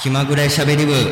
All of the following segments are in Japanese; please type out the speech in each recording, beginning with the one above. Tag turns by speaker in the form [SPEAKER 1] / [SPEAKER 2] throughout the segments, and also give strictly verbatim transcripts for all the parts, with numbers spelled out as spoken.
[SPEAKER 1] 気まぐれしゃべり部。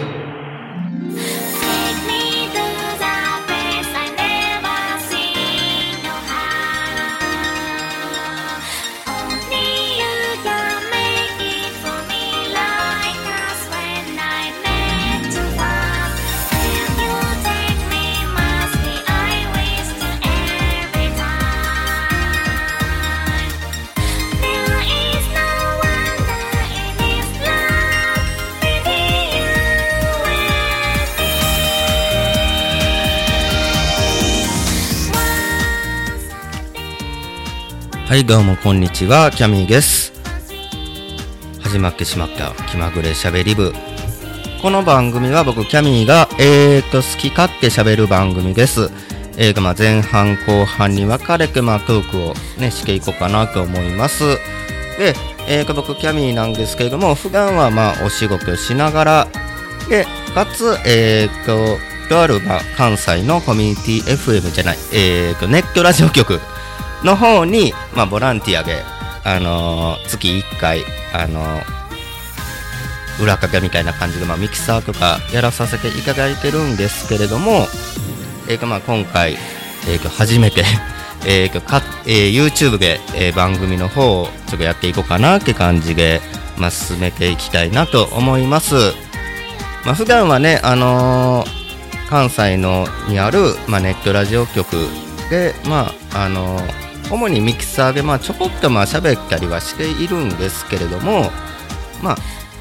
[SPEAKER 1] はいどうもこんにちは、キャミーです。始まってしまった気まぐれしゃべり部。この番組は僕キャミーがえーと好き勝手しゃべる番組です。えーとまあ前半後半に分かれてまあトークをねしていこうかなと思います。で、えーと僕キャミーなんですけれども、普段はまあお仕事をしながらでかつえーととあるまあ関西のコミュニティ エフエム じゃないえーとネットラジオ局の方に、まあ、ボランティアで、あのー、月いっかい、あのー、裏方みたいな感じで、まあ、ミキサーとかやらさせていただいてるんですけれども、えーとまあ、今回、えーと初めて、えーとかえー、YouTube で、えー、番組の方をちょっとやっていこうかなって感じで、まあ、進めていきたいなと思います。まあ、普段はね、あのー、関西のにある、まあ、ネットラジオ局で、まああのー主にミキサーでまあちょこっとまあ喋ったりはしているんですけれども、まあ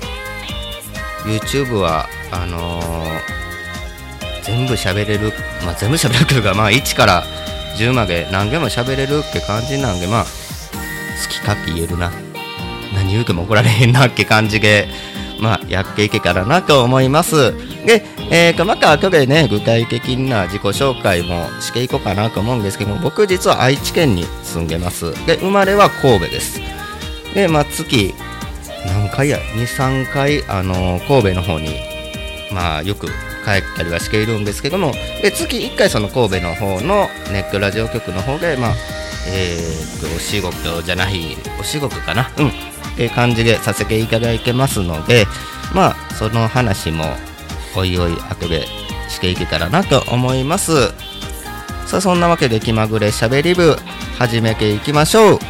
[SPEAKER 1] YouTube はあのー、全部喋れる、まあ全部喋れるというか、まあいちからじゅうまで何でも喋れるって感じなんで、まあ好きかって言えるな、何言うても怒られへんなって感じで、まあやっていけたらなと思います。で、えーとまた後でね具体的な自己紹介もしていこうかなと思うんですけども、僕実は愛知県に住んでます。で生まれは神戸です。でまあ月何回やにさんかいあのー、神戸の方にまあよく帰ったりはしているんですけども、で月いっかいその神戸の方のネットラジオ局の方でまあえーとお仕事じゃないお仕事かなうんっていう感じでさせていただいてますので、まあその話もおいおい後でしていけたらなと思います。さあそんなわけで気まぐれしゃべり部始めていきましょう。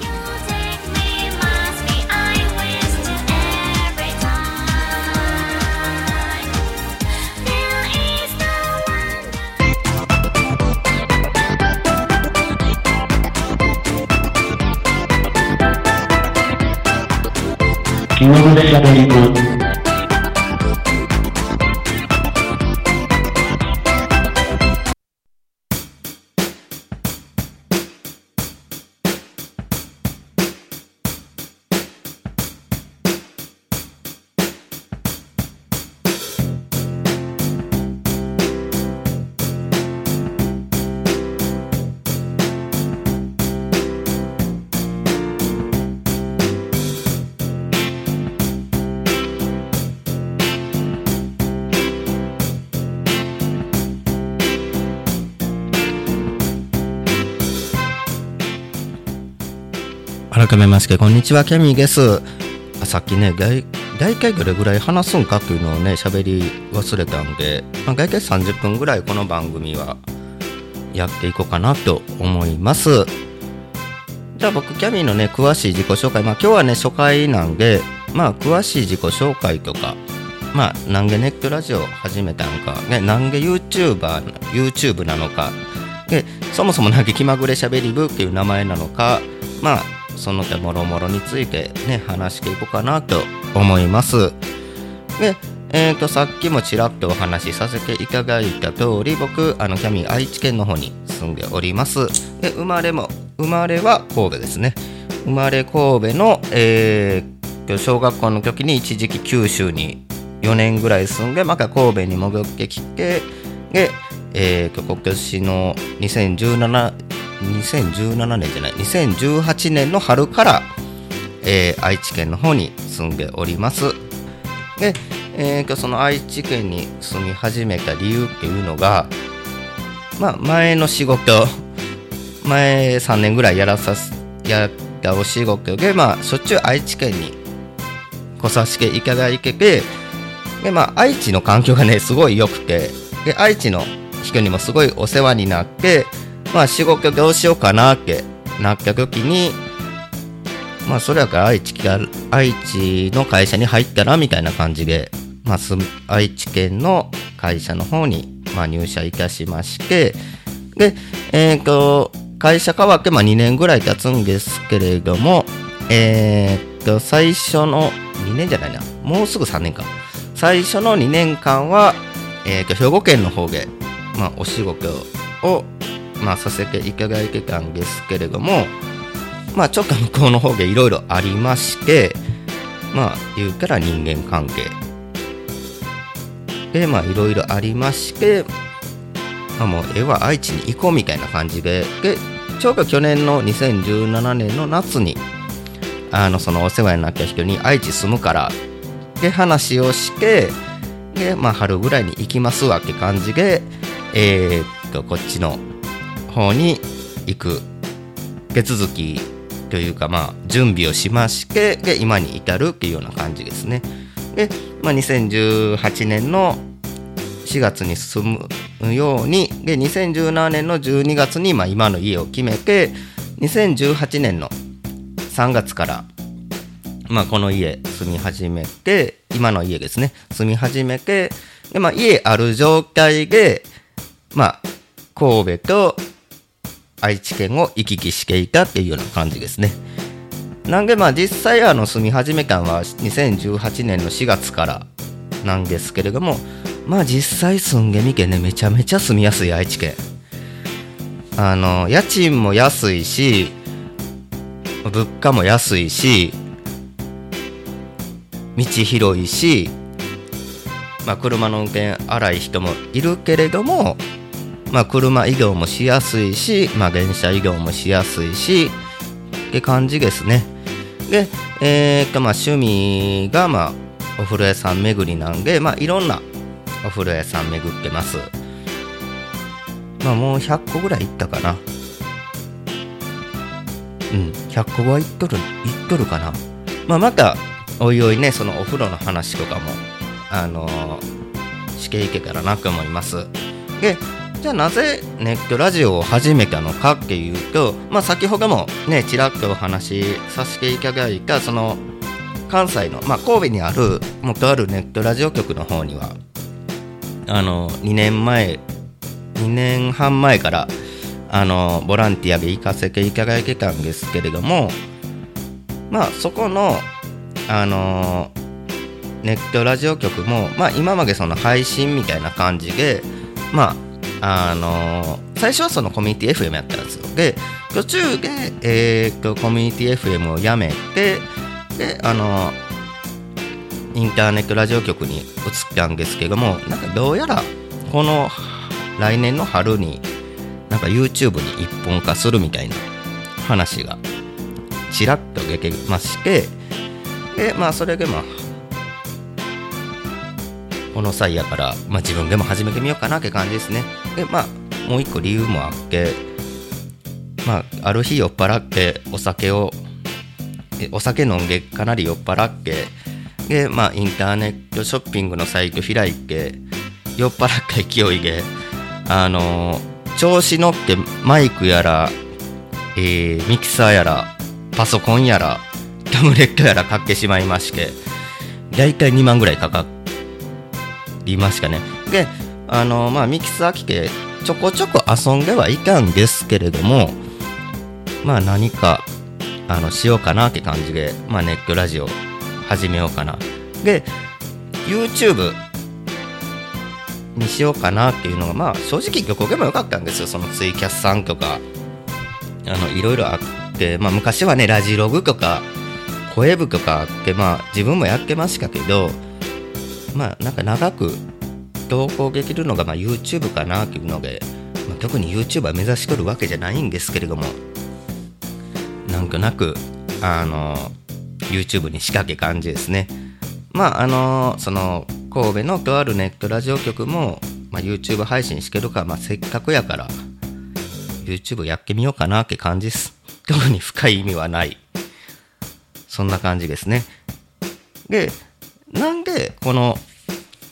[SPEAKER 2] 気まぐれしゃべり部。
[SPEAKER 1] 改めましてこんにちは、キャミーです。あさっきね大体どれぐらい話すんかっていうのをね喋り忘れたんで、まあ、大体さんじゅっぷんぐらいこの番組はやっていこうかなと思います。じゃあ僕キャミーのね詳しい自己紹介、まあ今日はね初回なんで、まあ詳しい自己紹介とか、まあなんでネットラジオを始めたのか、ね、なんで YouTuber YouTube なのかで、そもそもなんで気まぐれしゃべり部っていう名前なのか、まあその他もろもろについてね話していこうかなと思います。で、えーとさっきもちらっとお話しさせていただいた通り、僕あのキャミー愛知県の方に住んでおります。で生まれも生まれは神戸ですね。生まれ神戸の、えー、小学校の時に一時期九州によねんぐらい住んで、また神戸に戻ってきて、で、えーと今年のにせんじゅうななにせんじゅうななねんじゃないにせんじゅうはちねんの春から、えー、愛知県の方に住んでおります。で、えー、その愛知県に住み始めた理由っていうのが、まあ前の仕事前さんねんぐらいやらさすやったお仕事で、まあしょっちゅう愛知県に来させていただいてて、 でまあ愛知の環境がねすごい良くて、で愛知の人にもすごいお世話になって、まあ仕事どうしようかなってなった時に、まあそれやから愛知が愛知の会社に入ったらみたいな感じで、まあ愛知県の会社の方にまあ入社いたしまして、でえっと会社変わってまあにねんぐらい経つんですけれども、えー、っと最初のにねんじゃないな、もうすぐさんねんか。最初のにねんかんは、えー、っと兵庫県の方で、まあ、お仕事を、まあ、させていただいてたんですけれども、まあ、ちょっと向こうの方でいろいろありまして、まあ言うたら人間関係でまあいろいろありまして、まあ、もう絵は愛知に行こうみたいな感じで、でちょうど去年のにせんじゅうななねんの夏にあのそのお世話になった人に愛知住むからで話をして、でまあ春ぐらいに行きますわって感じで、えー、っとこっちの方に行く手続きというかまあ準備をしまして、で今に至るっていうような感じですね。で、まあ、にせんじゅうはちねんのしがつに進むように、でにせんじゅうななねんのじゅうにがつにまあ今の家を決めて、にせんじゅうはちねんのさんがつからまあこの家住み始めて、今の家ですね住み始めて、でまあ家ある状態でまあ神戸と愛知県を行き来していたっていうような感じですね。なんでまあ実際あの住み始めたのはにせんじゅうはちねんのしがつからなんですけれども、まあ実際住んでみてね、めちゃめちゃ住みやすい愛知県。あの家賃も安いし物価も安いし道広いし、まあ車の運転荒い人もいるけれども、まあ車移動もしやすいし、まあ電車移動もしやすいしって感じですね。で、えー、っとまあ趣味がまあお風呂屋さん巡りなんで、まあいろんなお風呂屋さん巡ってます。まあもうひゃっこぐらい行ったかな。うん、ひゃっこは行っとる、行っとるかな。まあまたおいおいね、そのお風呂の話とかもあのー、していけたらなと思います。で、じゃあなぜネットラジオを始めたのかっていうと、まあ先ほどもねちらっとお話しさせていただいたその関西の、まあ、神戸にあるもとあるネットラジオ局の方にはあのにねんまえにねんはん前からあのボランティアで行かせていただいてたんですけれども、まあそこのあのネットラジオ局も、まあ、今までその配信みたいな感じで、まああのー、最初はそのコミュニティ エフエム やったんですよ。で途中で、えー、とコミュニティ エフエム をやめて、であのー、インターネットラジオ局に移ったんですけども、なんかどうやらこの来年の春になんか YouTube に一本化するみたいな話がちらっと出てまして、でまあそれでまあこの際やから、まあ、自分でも始めてみようかなって感じですね。でまあもう一個理由もあって、まあある日酔っ払ってお酒をお酒飲んでかなり酔っ払って、でまあインターネットショッピングのサイト開いて酔っ払った勢いであのー、調子乗ってマイクやら、えー、ミキサーやらパソコンやらタブレットやら買ってしまいまして、だいたいにまんぐらいかかりましたね。であのー、まあミキサー来てちょこちょこ遊んではいたんですけれども、まあ何かあのしようかなって感じで、まあ、ネットラジオ始めようかな。で YouTube にしようかなっていうのが、まあ正直どこでもよかったんですよ。そのツイキャスさんとかあのいろいろあって、まあ昔はねラジログとか声部とかあって、まあ自分もやってましたけど、まあなんか長く投稿できるのがまあ YouTube かなっていうので、まあ、特に YouTuber 目指しとるわけじゃないんですけれども、なんとなくあの YouTube に仕掛け感じですね。まああのその神戸のとあるネットラジオ局も、まあ、YouTube 配信してるから、まあ、せっかくやから YouTube やってみようかなって感じです。特に深い意味はない、そんな感じですね。でなんでこの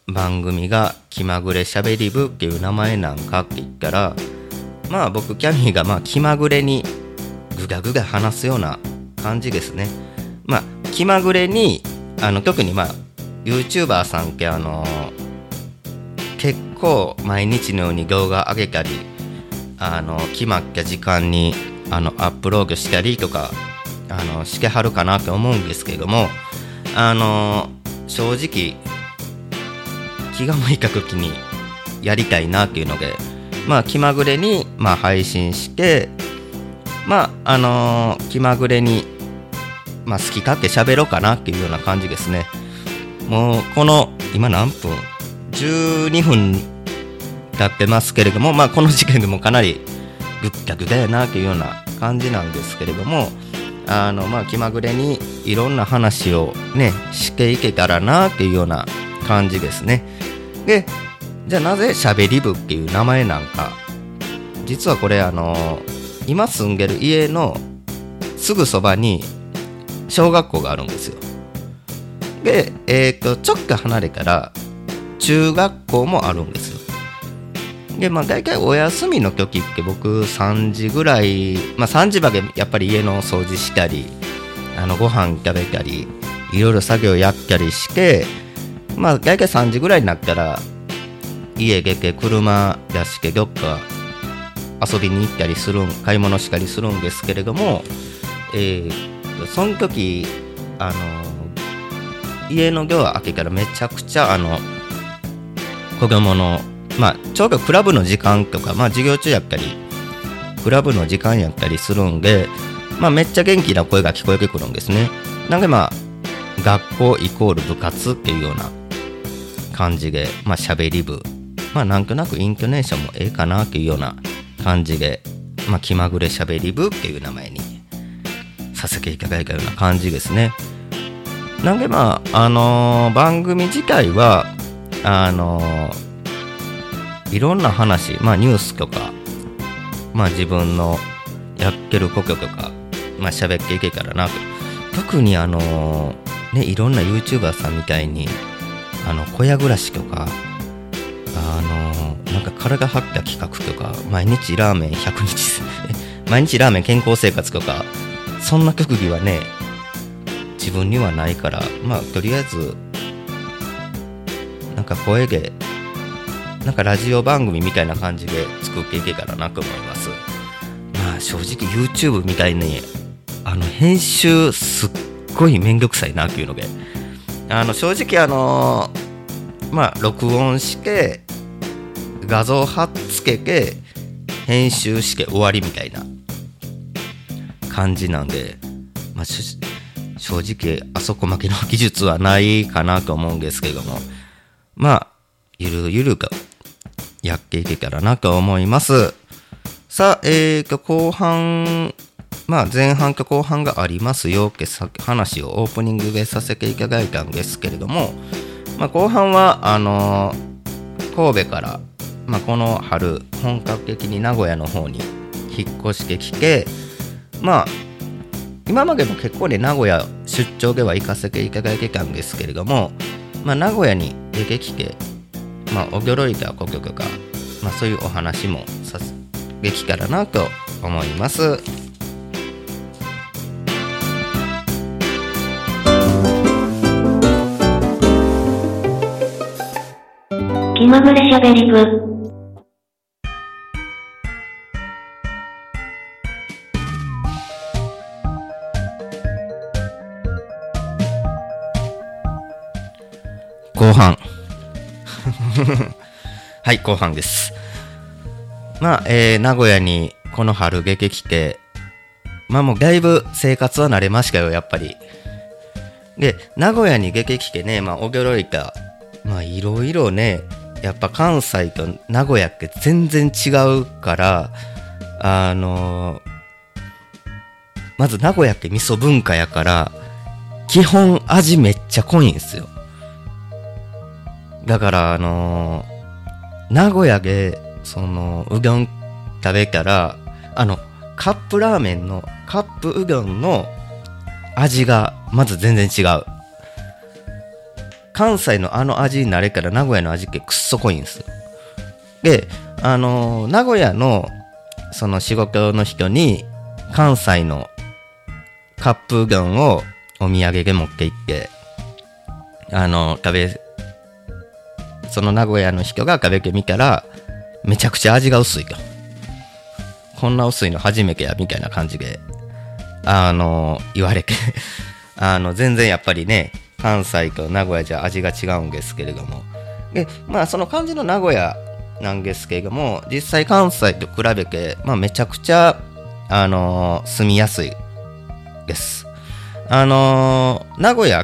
[SPEAKER 1] 番組が気まぐれしゃべり部っていう名前なんかって言ったら、まあ僕キャミーがまあ気まぐれにぐがぐが話すような感じですね。まあ気まぐれにあの特にまあ YouTuber さんってあの結構毎日のように動画上げたり、あの決まった時間にあのアップロードしたりとかあのしてはるかなと思うんですけれども、あの正直気が向いた時にやりたいなっていうので、まあ気まぐれにまあ配信して、まああのー、気まぐれにまあ好き勝手喋ろうかなっていうような感じですね。もうこの今何分じゅうにふん経ってますけれども、まあこの時点でもかなりぐったぐだやなっていうような感じなんですけれども、あのまあ気まぐれにいろんな話をねしていけたらなっていうような感じですね。で、じゃあなぜしゃべり部っていう名前なんか。実はこれあの今住んでる家のすぐそばに小学校があるんですよ。で、えーとちょっと離れたら中学校もあるんですよ。で、まあ大体お休みの時って僕さんじぐらい、まあさんじまでやっぱり家の掃除したり、あのご飯食べたり、いろいろ作業やったりして、まあ大体さんじぐらいになったら家出て車出してどっか遊びに行ったりするん、買い物したりするんですけれども、えー、その時あの家のドア開けたらめちゃくちゃあの子供のまあちょうどクラブの時間とか、まあ授業中やったりクラブの時間やったりするんで、まあめっちゃ元気な声が聞こえてくるんですね。なんでまあ学校イコール部活っていうような感じで、まあ喋り部、まあなんとなくイントネーションもええかなっていうような感じで、まあ気まぐれしゃべり部っていう名前にさせていただいたような感じですね。なんでまああのー、番組自体はあのー、いろんな話、まあニュースとか、まあ自分のやってることとか、まあ喋っていけたらなと。特にあのー、ね、いろんな YouTuber さんみたいにあの小屋暮らしとか、あのー、なんか体張った企画とか、毎日ラーメンひゃくにち毎日ラーメン健康生活とか、そんな特技はね自分にはないから、まあとりあえずなんか声でなんかラジオ番組みたいな感じで作っていけたらなと思います。まあ正直 YouTube みたいにあの編集すっごいめんどくさいなっていうので、あの正直あのー、まあ録音して画像貼っつけて編集して終わりみたいな感じなんで、まあ正直あそこまでの技術はないかなと思うんですけども、まあゆるゆるかやっていけたらなと思います。さあ、えーと後半、まあ前半と後半がありますよって話をオープニングでさせていただいたんですけれども、まあ後半はあのー、神戸からまあこの春本格的に名古屋の方に引っ越してきて、まあ今までも結構ね名古屋出張では行かせていただいてたんですけれども、まあ名古屋に出てきて、まあ驚いたこととか、まあそういうお話もさできたらなと思います。
[SPEAKER 2] 気まぐれしゃべり部。
[SPEAKER 1] 後半はい後半です。まあ、えー、名古屋にこの春出てきて、まあもうだいぶ生活は慣れましたよやっぱり。で名古屋に出てきてね、まあ驚いた、まあいろいろね、やっぱ関西と名古屋って全然違うから、あのー、まず名古屋って味噌文化やから基本味めっちゃ濃いんですよ。だからあのー、名古屋でそのうどん食べたら、あのカップラーメンのカップうどんの味がまず全然違う。 関西のあの味になれから名古屋の味ってくっそ濃いんですよ。で、あのー、名古屋のその仕事の人に関西のカップうどんをお土産で持って行って、あのー、食べ、その名古屋の人が食べてみたら、めちゃくちゃ味が薄いと。こんな薄いの初めてや、みたいな感じで、あのー、言われて、あの、全然やっぱりね、関西と名古屋じゃ味が違うんですけれども。で、まあその感じの名古屋なんですけれども、実際関西と比べて、まあめちゃくちゃ、あのー、住みやすいです。あのー、名古屋って、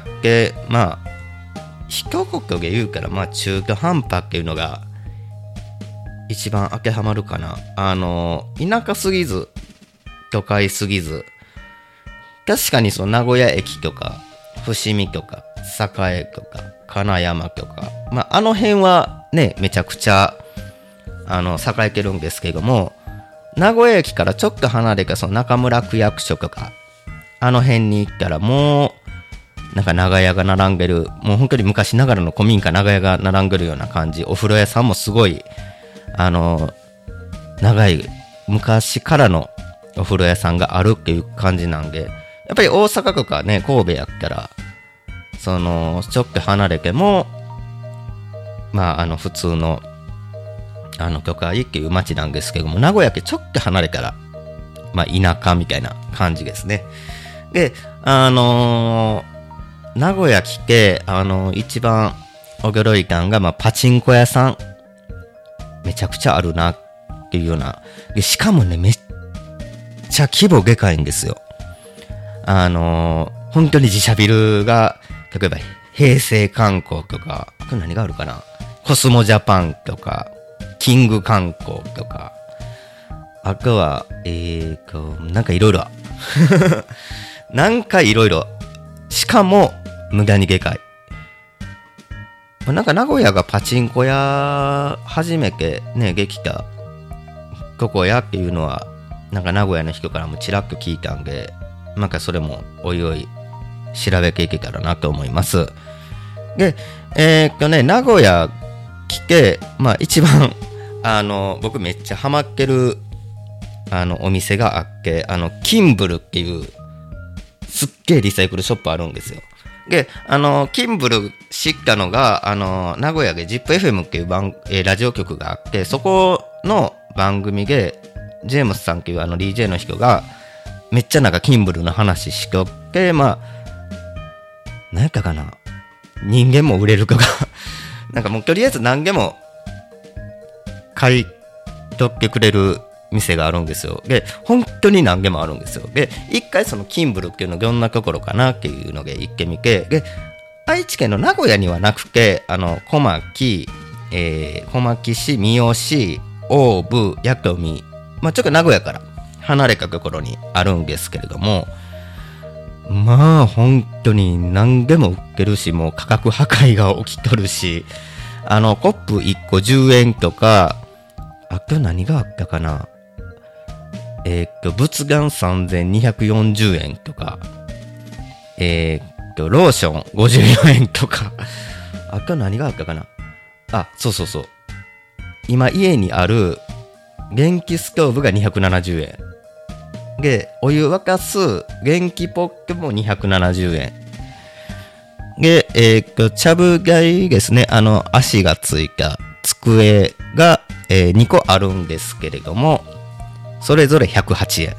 [SPEAKER 1] まあ、一言で言うから、まあ中途半端っていうのが、一番当てはまるかな。あのー、田舎すぎず、都会すぎず、確かにその名古屋駅とか、伏見とか、栄とか、金山とか、まあ、あの辺はね、めちゃくちゃ、あの、栄えてるんですけども、名古屋駅からちょっと離れたその中村区役所とか、あの辺に行ったらもう、なんか長屋が並んでる、もう本当に昔ながらの古民家長屋が並んでるような感じ、お風呂屋さんもすごい、あの、長い、昔からのお風呂屋さんがあるっていう感じなんで、やっぱり大阪とかね、神戸やったら、その、ちょっと離れても、まあ、あの、普通の、あの、都会っていう街なんですけども、名古屋ってちょっと離れたら、まあ、田舎みたいな感じですね。で、あのー、名古屋来て、あのー、一番驚いたんが、まあ、パチンコ屋さん、めちゃくちゃあるなっていうような。で、しかもね、めっちゃ規模でかいんですよ。あのー、本当に自社ビルが、例えば、平成観光とか、これ何があるかな、コスモジャパンとか、キング観光とか、あとは、えーと、なんかいろいろ、なんかいろいろ、しかも、無駄にでかい。なんか名古屋がパチンコ屋、初めてね、できた、とこやっていうのは、なんか名古屋の人からもちらっと聞いたんで、なんかそれもおいおい調べていけたらなと思います。で、えー、っとね、名古屋来て、まあ一番、あの、僕めっちゃハマってる、あの、お店があって、あの、キンブルっていう、すっげえリサイクルショップあるんですよ。で、あの、キンブル知ったのが、あの、名古屋で ジップエフエム っていう番、えー、ラジオ局があって、そこの番組で、ジェームスさんっていうあの ディージェー の人が、めっちゃなんかキンブルの話しとって、まあ、何やったかな、人間も売れるとか、なんかもうとりあえず何でも買い取ってくれる店があるんですよ。で、本当に何でもあるんですよ。で、一回そのキンブルっていうのどんなところかなっていうので行ってみて、で、愛知県の名古屋にはなくて、あの、小牧、えー、小牧市、三好、大府、弥富、まあちょっと名古屋から離れたところにあるんですけれども、まあ本当に何でも売ってるし、もう価格破壊が起きとるし、あのコップいっこじゅうえんとか、あと何があったかな、えー、っと仏眼さんぜんにひゃくよんじゅうえんとか、えー、っとローションごじゅうよえんとか、あと何があったかな、あ、そうそうそう、今家にある電気ストーブがにひゃくななじゅうえんで、お湯沸かす電気ポットもにひゃくななじゅうえんで、えー、っとちゃぶ台ですね、あの足がついた机が、えー、にこあるんですけれども、それぞれひゃくはちえ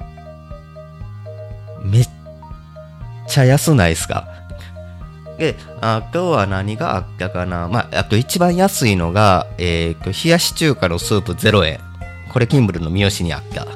[SPEAKER 1] ん。めっちゃ安ないですか。で、あとは何があったかな、まあ、あと一番安いのが、えー、っと冷やし中華のスープゼロえん。これキンブルの三好にあった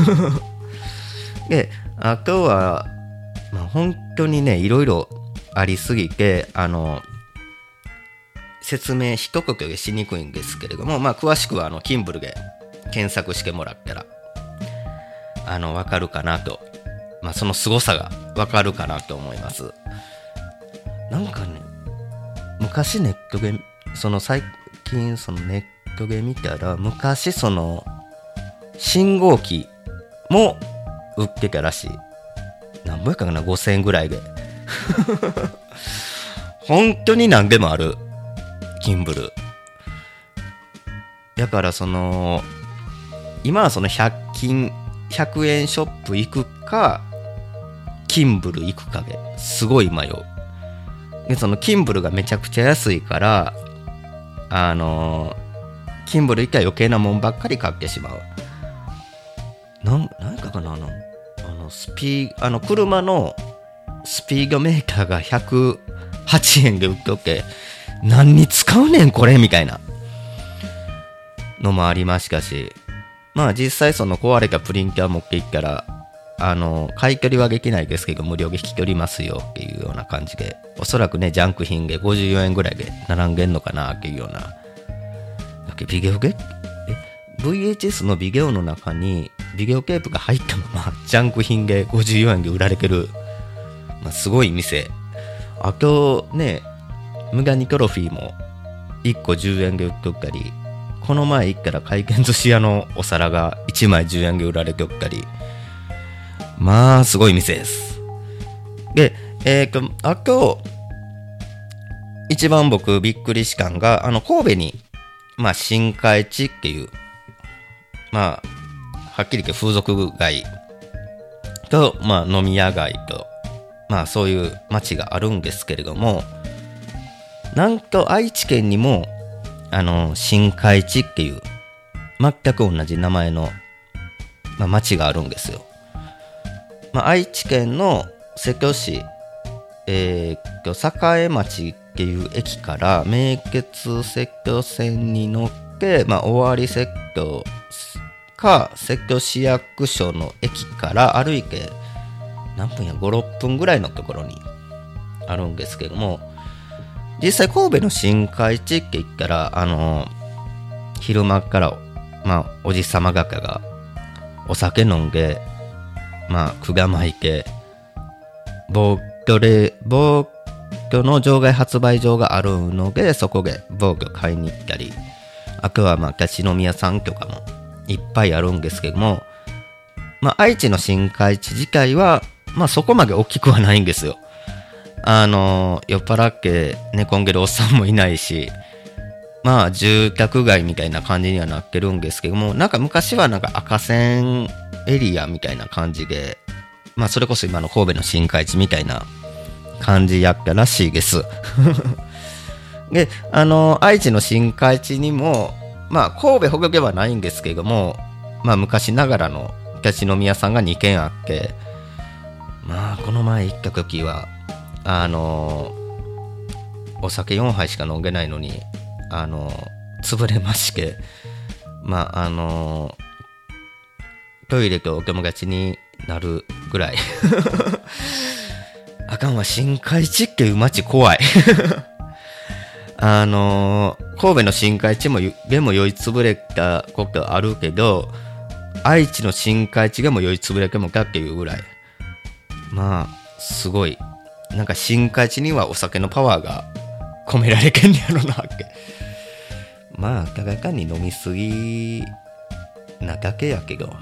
[SPEAKER 1] で、あとは、まあ、本当にね、いろいろありすぎて、あの説明一言でしにくいんですけれども、まあ、詳しくはあのキンブルで検索してもらったらあの分かるかなと、まあ、その凄さが分かるかなと思います。なんかね、昔ネットで、その最近そのネットで見たら、昔その信号機も売ってたらしい。何ぼやかな、ごせんえんぐらいで本当に何でもあるキンブルだから、その今はそのひゃく均ひゃくえんショップ行くかキンブル行くかですごい迷う。でそのキンブルがめちゃくちゃ安いから、あのキンブル行ったら余計なもんばっかり買ってしまう。なん何かかな、あのあのスピーあの車のスピードメーターがひゃくはちえんで売っておけ、何に使うねんこれみたいなのもありましたし、まあ実際その壊れたプリンター持っていったら、あの買い取りはできないですけど無料で引き取りますよっていうような感じで、おそらくねジャンク品でごじゅうよえんぐらいで並んでんのかなっていうような。だけビデオゲえ ブイエイチエス のビデオの中にビデオテープが入ったままジャンク品でごじゅうよえんで売られてる、まあ、すごい店。あとね無駄にトロフィーもいっこじゅうえんで売っとったり、この前行ったら回転寿司屋のお皿がいちまいじゅうえんで売られておったり、まあすごい店です。でえっとあと一番僕びっくりしたんが、あの神戸にまあ新海地っていう、まあはっきり言って風俗街とまあ飲み屋街とまあそういう街があるんですけれども、なんと愛知県にもあの新海地っていう全く同じ名前の、まあ、町があるんですよ。まあ、愛知県の瀬戸市、えー、栄町っていう駅から名鉄瀬戸線に乗って、まあ、尾張瀬戸か瀬戸市役所の駅から歩いて何分やご、ろっぷんぐらいのところにあるんですけども、実際神戸の新海地って言ったら、あのー、昼間からまあおじさま方がお酒飲んで、まあくがまいて防御で防御の場外発売場があるので、そこで防御買いに行ったり、あとはまあ立ち飲み屋さんとかもいっぱいあるんですけども、まあ愛知の新海地自体はまあそこまで大きくはないんですよ。あの酔っ払って寝込んでるおっさんもいないし、まあ住宅街みたいな感じにはなってるんですけども、なんか昔はなんか赤線エリアみたいな感じで、まあそれこそ今の神戸の新海地みたいな感じやったらしいですで、あの愛知の新海地にもまあ神戸ほどではないんですけども、まあ昔ながらの立ち飲み屋さんがにけんあって、まあこの前行った時はあのー、お酒よんはいしか飲んでないのに、あのー、潰れまして、まああのー、トイレとお友達になるぐらいあかんわ、新海地っていう街怖いあのー、神戸の新海地もでも酔い潰れたことあるけど、愛知の新海地でも酔い潰れてもかっていうぐらい、まあすごい、なんか新海地にはお酒のパワーが込められてんねやろなって。まあただかに飲みすぎなだけやけど、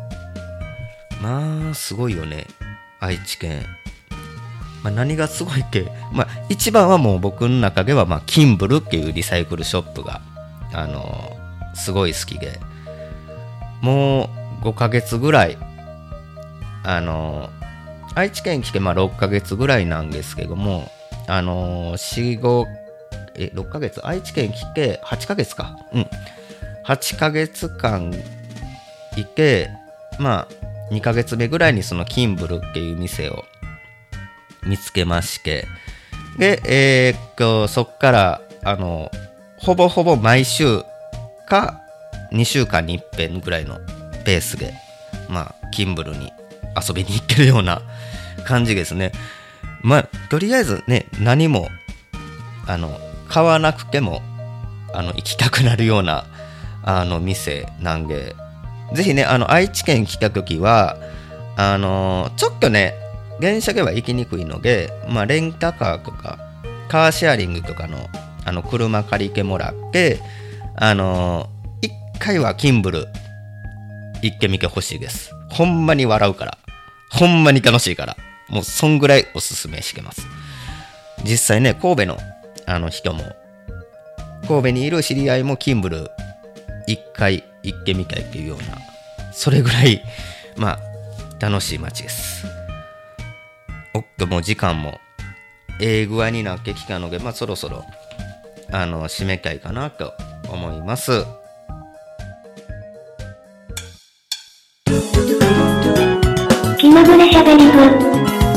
[SPEAKER 1] まあすごいよね愛知県。まあ何がすごいって、まあ一番はもう僕の中ではまあキンブルっていうリサイクルショップがあのー、すごい好きで、もうごかげつぐらいあのー愛知県来てまあろっかげつぐらいなんですけども、あのー、よん、ごえろっかげつ、愛知県来てはちかげつか、うんはちかげつかんいて、まあにかげつめぐらいにそのキンブルっていう店を見つけまして、でえー、っとそっからあのほぼほぼ毎週かにしゅうかんにいっぺんぐらいのペースでまあキンブルに遊びに行ってるような感じですね。まあとりあえずね、何もあの買わなくてもあの行きたくなるようなあの店なんで、ぜひねあの愛知県来た時はあのちょっとね電車では行きにくいので、まあレンタカーとかカーシェアリングとかのあの車借りてもらって、あの一回はキンブル行ってみてほしいです。ほんまに笑うから、ほんまに楽しいから、もうそんぐらいおすすめしてます。 実際ね神戸のあの人も神戸にいる知り合いもキンブル一回行ってみたいっていうような、それぐらいまあ楽しい街です。おっともう時間もええ具合になってきたので、まあそろそろあの締めたいかなと思います。
[SPEAKER 2] 気まぐれしゃべり部。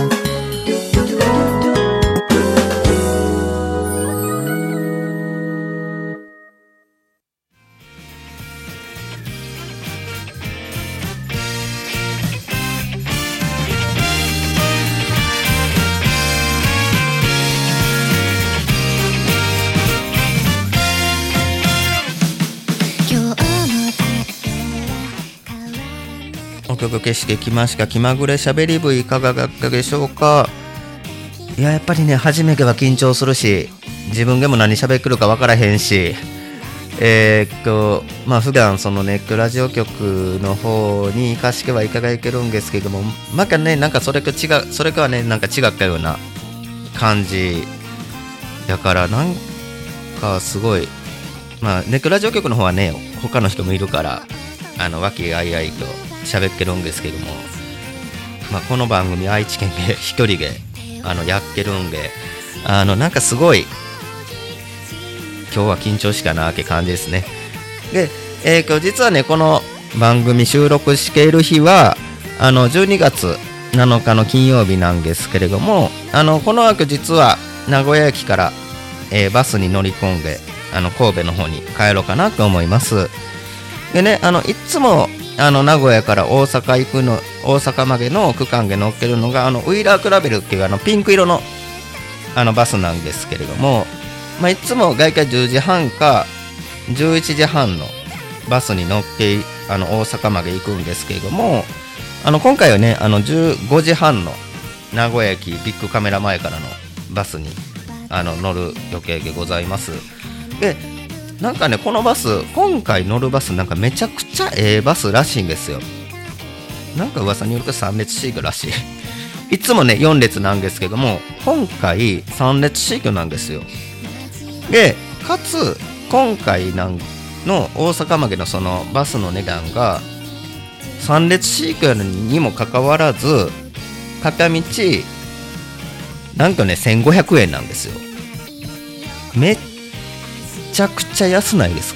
[SPEAKER 1] お届けしてきました気まぐれしゃべり部、いかがだったでしょうか。いややっぱりね初めては緊張するし、自分でも何喋ってるか分からへんし、えー、っとまあ普段そのネットラジオ局の方に行かしてはいただけるんですけども、またねなんかそれと違うそれとはねなんか違ったような感じだから、なんかすごいまあネットラジオ局の方はね他の人もいるからあの和気あいあいと喋ってるんですけども、まあ、この番組愛知県で一人であのやってるんで、あのなんかすごい今日は緊張しかなって感じですね。で、えー、今日実はねこの番組収録している日はあのじゅうにがつなのかの金曜日なんですけれども、あのこの後実は名古屋駅から、えー、バスに乗り込んであの神戸の方に帰ろうかなと思います。でね、あのいつもあの名古屋から大阪行くの大阪までの区間で乗っけるのがあのウィーラークラベルっていうあのピンク色のあのバスなんですけれども、まあ、いつもだいたいじゅうじはんかじゅういちじはんのバスに乗ってあの大阪まで行くんですけれども、あの今回はねあのじゅうごじはんの名古屋駅ビッグカメラ前からのバスにあの乗る予定でございます。でなんかねこのバス今回乗るバスなんかめちゃくちゃええバスらしいんですよ。なんか噂によるとさん列シートらしいいつもねよん列なんですけども今回さん列シートなんですよ。でかつ今回なんの大阪までのそのバスの値段がさん列シートにもかかわらず片道なんかねせんごひゃくえんなんですよ。めっめちゃくちゃ安ないですか。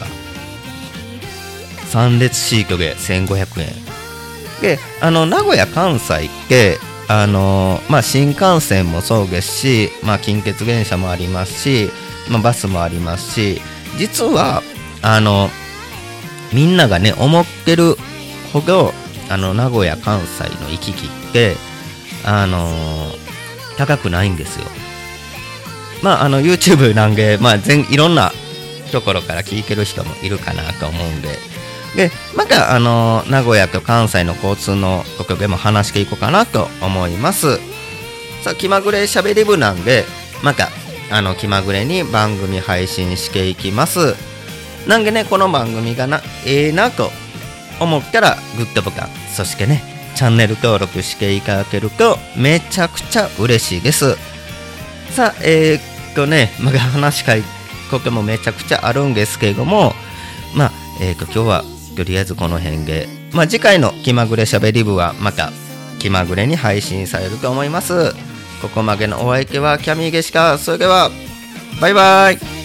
[SPEAKER 1] さん列シートでせんごひゃくえんで、あの名古屋関西ってあのー、まあ新幹線もそうですし、まあ近鉄電車もありますし、まあ、バスもありますし、実はあのみんながね思ってるほどあの名古屋関西の行き来ってあのー、高くないんですよ。まああの YouTube なんで、まあ、全いろんなところから聞いてる人もいるかなと思うんで、でまたあの名古屋と関西の交通のことでも話していこうかなと思います。さあ気まぐれしゃべり部なんでまたあの気まぐれに番組配信していきます。なんでねこの番組がなええー、なと思ったらグッドボタン、そしてねチャンネル登録していただけるとめちゃくちゃ嬉しいです。さあえー、っとねまだ話し会こともめちゃくちゃあるんですけれども、まあ、えーと、今日はとりあえずこの辺で、まあ、次回の気まぐれしゃべり部はまた気まぐれに配信されると思います。ここまでのお相手はキャミーゲシカ。それではバイバイ。